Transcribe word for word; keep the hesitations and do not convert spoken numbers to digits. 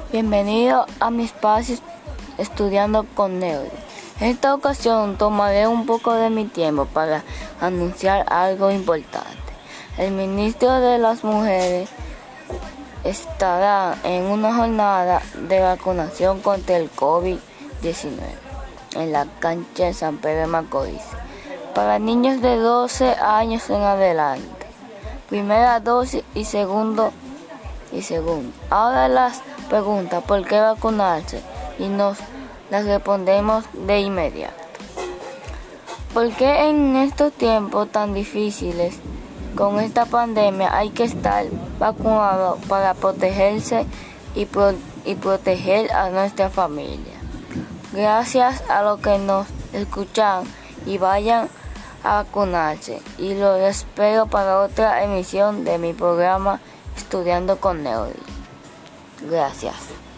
Bienvenido a mi espacio estudiando con Neudi. En esta ocasión tomaré un poco de mi tiempo para anunciar algo importante. El Ministerio de las Mujeres estará en una jornada de vacunación contra el COVID diecinueve en la cancha de San Pedro de Macorís para niños de doce años en adelante. Primera dosis y segundo y segundo. Ahora las preguntas ¿por qué vacunarse? Y nos las respondemos de inmediato. ¿Por qué en estos tiempos tan difíciles con esta pandemia hay que estar vacunado para protegerse y, pro y proteger a nuestra familia? Gracias a los que nos escuchan y vayan a vacunarse, y los espero para otra emisión de mi programa Estudiando con Neudi. Gracias.